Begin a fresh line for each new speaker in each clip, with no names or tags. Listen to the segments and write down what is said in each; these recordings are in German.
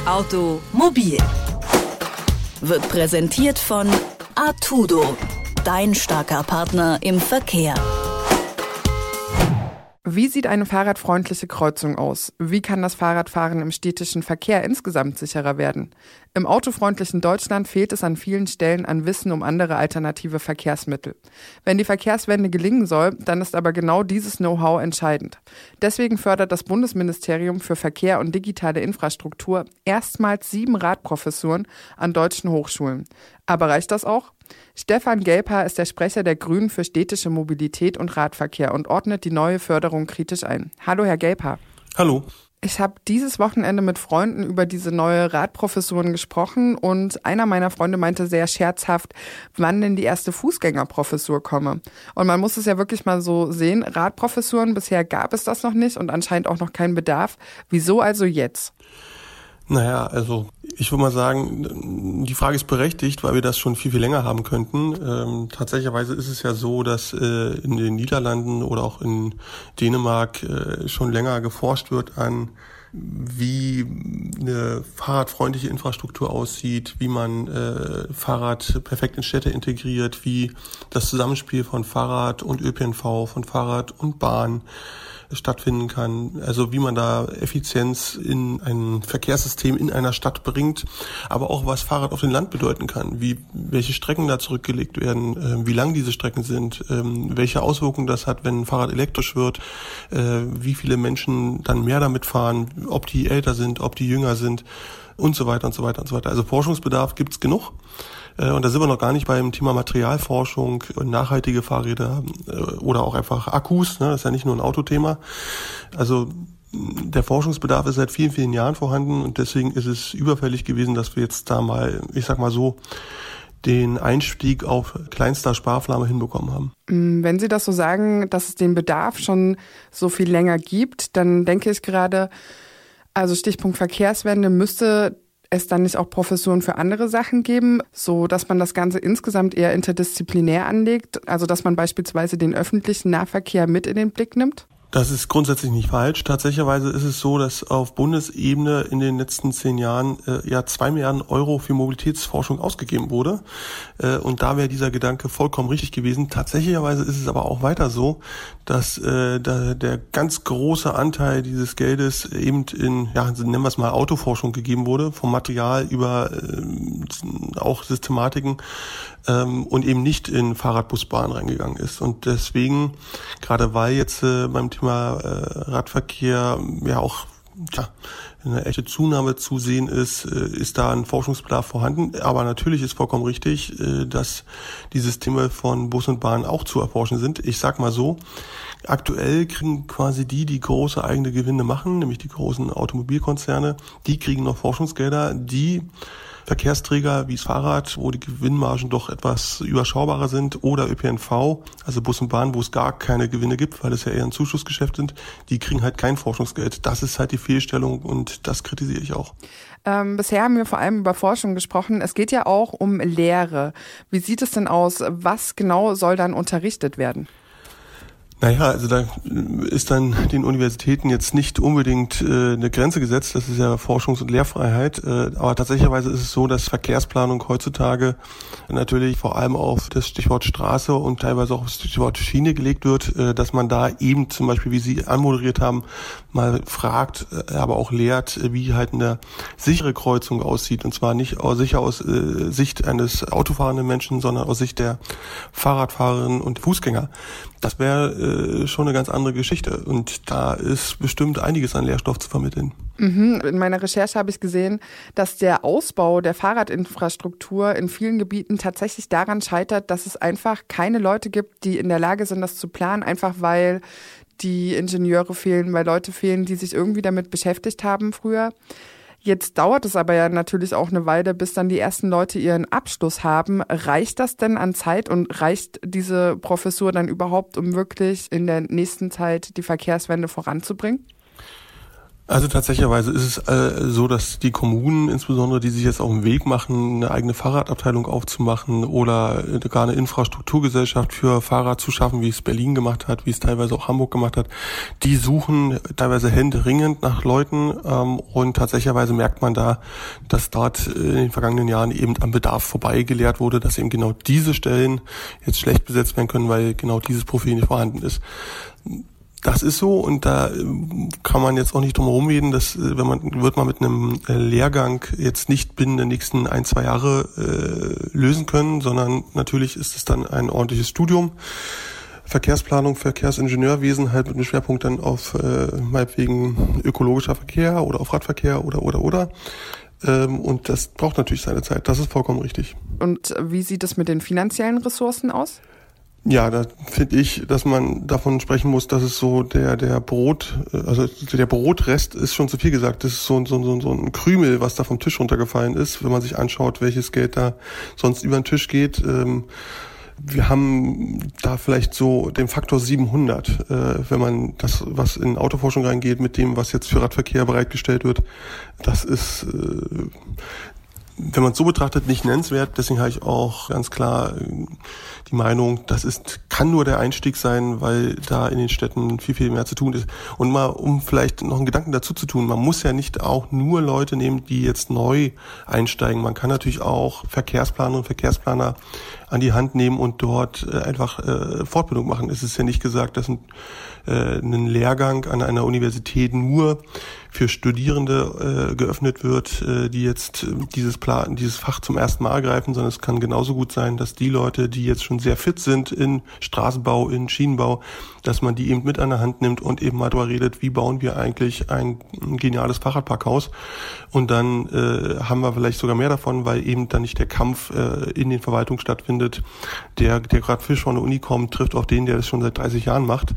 Automobil wird präsentiert von Artudo, dein starker Partner im Verkehr.
Wie sieht eine fahrradfreundliche Kreuzung aus? Wie kann das Fahrradfahren im städtischen Verkehr insgesamt sicherer werden? Im autofreundlichen Deutschland fehlt es an vielen Stellen an Wissen um andere alternative Verkehrsmittel. Wenn die Verkehrswende gelingen soll, dann ist aber genau dieses Know-how entscheidend. Deswegen fördert das Bundesministerium für Verkehr und digitale Infrastruktur erstmals 7 Radprofessuren an deutschen Hochschulen. Aber reicht das auch? Stefan Gelper ist der Sprecher der Grünen für städtische Mobilität und Radverkehr und ordnet die neue Förderung kritisch ein. Hallo, Herr Gelper.
Hallo.
Ich habe dieses Wochenende mit Freunden über diese neue Radprofessuren gesprochen und einer meiner Freunde meinte sehr scherzhaft, wann denn die erste Fußgängerprofessur komme. Und man muss es ja wirklich mal so sehen, Radprofessuren, bisher gab es das noch nicht und anscheinend auch noch keinen Bedarf. Wieso also jetzt?
Naja, also ich würde mal sagen, die Frage ist berechtigt, weil wir das schon viel, viel länger haben könnten. Tatsächlicherweise ist es ja so, dass in den Niederlanden oder auch in Dänemark schon länger geforscht wird an, wie eine fahrradfreundliche Infrastruktur aussieht, wie man Fahrrad perfekt in Städte integriert, wie das Zusammenspiel von Fahrrad und ÖPNV, von Fahrrad und Bahn stattfinden kann, also wie man da Effizienz in ein Verkehrssystem in einer Stadt bringt, aber auch was Fahrrad auf dem Land bedeuten kann, welche Strecken da zurückgelegt werden, wie lang diese Strecken sind, welche Auswirkungen das hat, wenn ein Fahrrad elektrisch wird, wie viele Menschen dann mehr damit fahren, ob die älter sind, ob die jünger sind und so weiter und so weiter und so weiter. Also Forschungsbedarf gibt's genug. Und da sind wir noch gar nicht beim Thema Materialforschung, nachhaltige Fahrräder oder auch einfach Akkus. Das ist ja nicht nur ein Autothema. Also der Forschungsbedarf ist seit vielen, vielen Jahren vorhanden und deswegen ist es überfällig gewesen, dass wir jetzt da mal, ich sag mal so, den Einstieg auf kleinster Sparflamme hinbekommen haben.
Wenn Sie das so sagen, dass es den Bedarf schon so viel länger gibt, dann denke ich gerade, also Stichpunkt Verkehrswende, müsste es dann nicht auch Professuren für andere Sachen geben, so dass man das Ganze insgesamt eher interdisziplinär anlegt, also dass man beispielsweise den öffentlichen Nahverkehr mit in den Blick nimmt?
Das ist grundsätzlich nicht falsch. Tatsächlicherweise ist es so, dass auf Bundesebene in den letzten 10 Jahren 2 Milliarden Euro für Mobilitätsforschung ausgegeben wurde. Und da wäre dieser Gedanke vollkommen richtig gewesen. Tatsächlicherweise ist es aber auch weiter so, dass da der ganz große Anteil dieses Geldes eben in, nennen wir es mal, Autoforschung gegeben wurde, vom Material über auch Systematiken und eben nicht in Fahrradbusbahn reingegangen ist. Und deswegen, gerade weil jetzt beim Thema Radverkehr ja auch eine echte Zunahme zu sehen ist da ein Forschungsbedarf vorhanden. Aber natürlich ist vollkommen richtig, dass die Systeme von Bus und Bahn auch zu erforschen sind. Ich sag mal so, aktuell kriegen quasi die große eigene Gewinne machen, nämlich die großen Automobilkonzerne, die kriegen noch Forschungsgelder, die Verkehrsträger wie das Fahrrad, wo die Gewinnmargen doch etwas überschaubarer sind, oder ÖPNV, also Bus und Bahn, wo es gar keine Gewinne gibt, weil es ja eher ein Zuschussgeschäft sind, die kriegen halt kein Forschungsgeld. Das ist halt die Fehlstellung und das kritisiere ich auch.
Bisher haben wir vor allem über Forschung gesprochen. Es geht ja auch um Lehre. Wie sieht es denn aus? Was genau soll dann unterrichtet werden?
Naja, also da ist dann den Universitäten jetzt nicht unbedingt eine Grenze gesetzt, das ist ja Forschungs- und Lehrfreiheit, aber tatsächlicherweise ist es so, dass Verkehrsplanung heutzutage natürlich vor allem auf das Stichwort Straße und teilweise auch auf das Stichwort Schiene gelegt wird, dass man da eben zum Beispiel, wie Sie anmoderiert haben, mal fragt, aber auch lehrt, wie halt eine sichere Kreuzung aussieht, und zwar nicht sicher aus Sicht eines autofahrenden Menschen, sondern aus Sicht der Fahrradfahrerinnen und Fußgänger. Das wäre schon eine ganz andere Geschichte und da ist bestimmt einiges an Lehrstoff zu vermitteln.
In meiner Recherche habe ich gesehen, dass der Ausbau der Fahrradinfrastruktur in vielen Gebieten tatsächlich daran scheitert, dass es einfach keine Leute gibt, die in der Lage sind, das zu planen, einfach weil die Ingenieure fehlen, weil Leute fehlen, die sich irgendwie damit beschäftigt haben früher. Jetzt dauert es aber ja natürlich auch eine Weile, bis dann die ersten Leute ihren Abschluss haben. Reicht das denn an Zeit und reicht diese Professur dann überhaupt, um wirklich in der nächsten Zeit die Verkehrswende voranzubringen?
Also tatsächlicherweise ist es so, dass die Kommunen insbesondere, die sich jetzt auf den Weg machen, eine eigene Fahrradabteilung aufzumachen oder gar eine Infrastrukturgesellschaft für Fahrrad zu schaffen, wie es Berlin gemacht hat, wie es teilweise auch Hamburg gemacht hat, die suchen teilweise händeringend nach Leuten und tatsächlicherweise merkt man da, dass dort in den vergangenen Jahren eben am Bedarf vorbeigelehrt wurde, dass eben genau diese Stellen jetzt schlecht besetzt werden können, weil genau dieses Profil nicht vorhanden ist. Das ist so und da kann man jetzt auch nicht drum herum reden, dass wird man mit einem Lehrgang jetzt nicht binnen der nächsten 1-2 Jahre lösen können, sondern natürlich ist es dann ein ordentliches Studium. Verkehrsplanung, Verkehrsingenieurwesen halt mit einem Schwerpunkt dann auf meinetwegen ökologischer Verkehr oder auf Radverkehr oder. Und das braucht natürlich seine Zeit, das ist vollkommen richtig.
Und wie sieht es mit den finanziellen Ressourcen aus?
Ja, da finde ich, dass man davon sprechen muss, dass es so der Brotrest ist schon zu viel gesagt. Das ist so ein Krümel, was da vom Tisch runtergefallen ist, wenn man sich anschaut, welches Geld da sonst über den Tisch geht. Wir haben da vielleicht so den Faktor 700, wenn man das, was in Autoforschung reingeht, mit dem, was jetzt für Radverkehr bereitgestellt wird. Das ist, wenn man es so betrachtet, nicht nennenswert. Deswegen habe ich auch ganz klar die Meinung, kann nur der Einstieg sein, weil da in den Städten viel, viel mehr zu tun ist. Und mal, um vielleicht noch einen Gedanken dazu zu tun, man muss ja nicht auch nur Leute nehmen, die jetzt neu einsteigen. Man kann natürlich auch Verkehrsplaner und Verkehrsplaner an die Hand nehmen und dort einfach Fortbildung machen. Es ist ja nicht gesagt, dass ein Lehrgang an einer Universität nur für Studierende geöffnet wird, die jetzt dieses Fach zum ersten Mal ergreifen, sondern es kann genauso gut sein, dass die Leute, die jetzt schon sehr fit sind in Straßenbau, in Schienenbau, dass man die eben mit an der Hand nimmt und eben mal darüber redet, wie bauen wir eigentlich ein geniales Fahrradparkhaus. Und dann haben wir vielleicht sogar mehr davon, weil eben dann nicht der Kampf in den Verwaltungen stattfindet. Der gerade frisch von der Uni kommt, trifft auf den, der das schon seit 30 Jahren macht.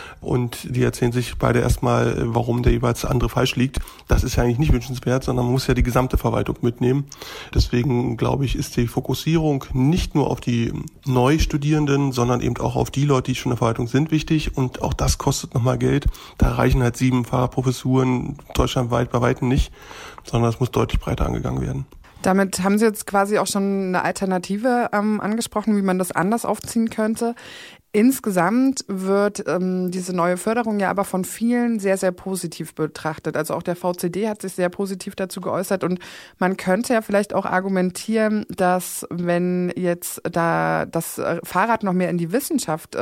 Und die erzählen sich beide erstmal, warum der jeweils andere falsch liegt. Das ist ja eigentlich nicht wünschenswert, sondern man muss ja die gesamte Verwaltung mitnehmen. Deswegen, glaube ich, ist die Fokussierung nicht nur auf die Neustudierenden, sondern eben auch auf die Leute, die schon in der Verwaltung sind, wichtig. Und auch das kostet nochmal Geld. Da reichen halt 7 Fahrradprofessuren deutschlandweit bei weitem nicht, sondern es muss deutlich breiter angegangen werden.
Damit haben Sie jetzt quasi auch schon eine Alternative angesprochen, wie man das anders aufziehen könnte. Insgesamt wird diese neue Förderung ja aber von vielen sehr, sehr positiv betrachtet. Also auch der VCD hat sich sehr positiv dazu geäußert und man könnte ja vielleicht auch argumentieren, dass wenn jetzt da das Fahrrad noch mehr in die Wissenschaft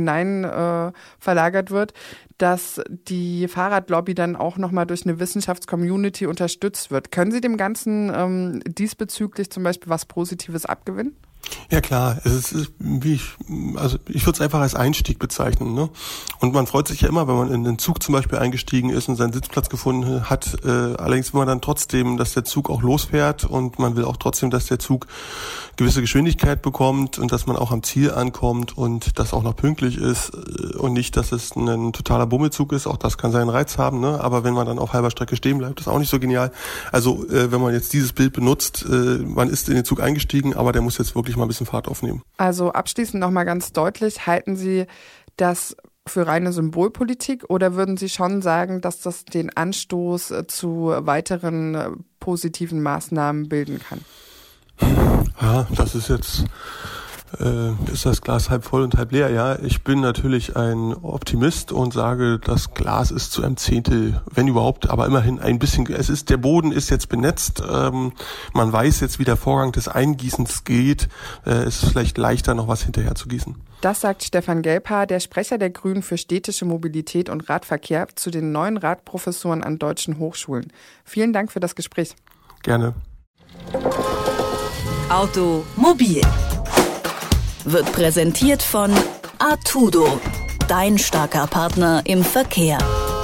hinein verlagert wird, dass die Fahrradlobby dann auch nochmal durch eine Wissenschaftscommunity unterstützt wird. Können Sie dem Ganzen diesbezüglich zum Beispiel was Positives abgewinnen?
Ja klar, es ist ich würde es einfach als Einstieg bezeichnen, ne? Und man freut sich ja immer, wenn man in den Zug zum Beispiel eingestiegen ist und seinen Sitzplatz gefunden hat. Allerdings will man dann trotzdem, dass der Zug auch losfährt und man will auch trotzdem, dass der Zug gewisse Geschwindigkeit bekommt und dass man auch am Ziel ankommt und das auch noch pünktlich ist und nicht, dass es ein totaler Bummelzug ist. Auch das kann seinen Reiz haben, ne? Aber wenn man dann auf halber Strecke stehen bleibt, ist auch nicht so genial. Also wenn man jetzt dieses Bild benutzt, man ist in den Zug eingestiegen, aber der muss jetzt wirklich mal ein bisschen Fahrt aufnehmen.
Also abschließend nochmal ganz deutlich, halten Sie das für reine Symbolpolitik oder würden Sie schon sagen, dass das den Anstoß zu weiteren positiven Maßnahmen bilden kann?
Ja, das ist jetzt, ist das Glas halb voll und halb leer? Ja, ich bin natürlich ein Optimist und sage, das Glas ist zu einem Zehntel, wenn überhaupt, aber immerhin ein bisschen, der Boden ist jetzt benetzt, man weiß jetzt, wie der Vorgang des Eingießens geht, es ist vielleicht leichter, noch was hinterher zu gießen.
Das sagt Stefan Gelbhaar, der Sprecher der Grünen für städtische Mobilität und Radverkehr zu den neuen Radprofessuren an deutschen Hochschulen. Vielen Dank für das Gespräch.
Gerne.
Automobil wird präsentiert von Artudo, dein starker Partner im Verkehr.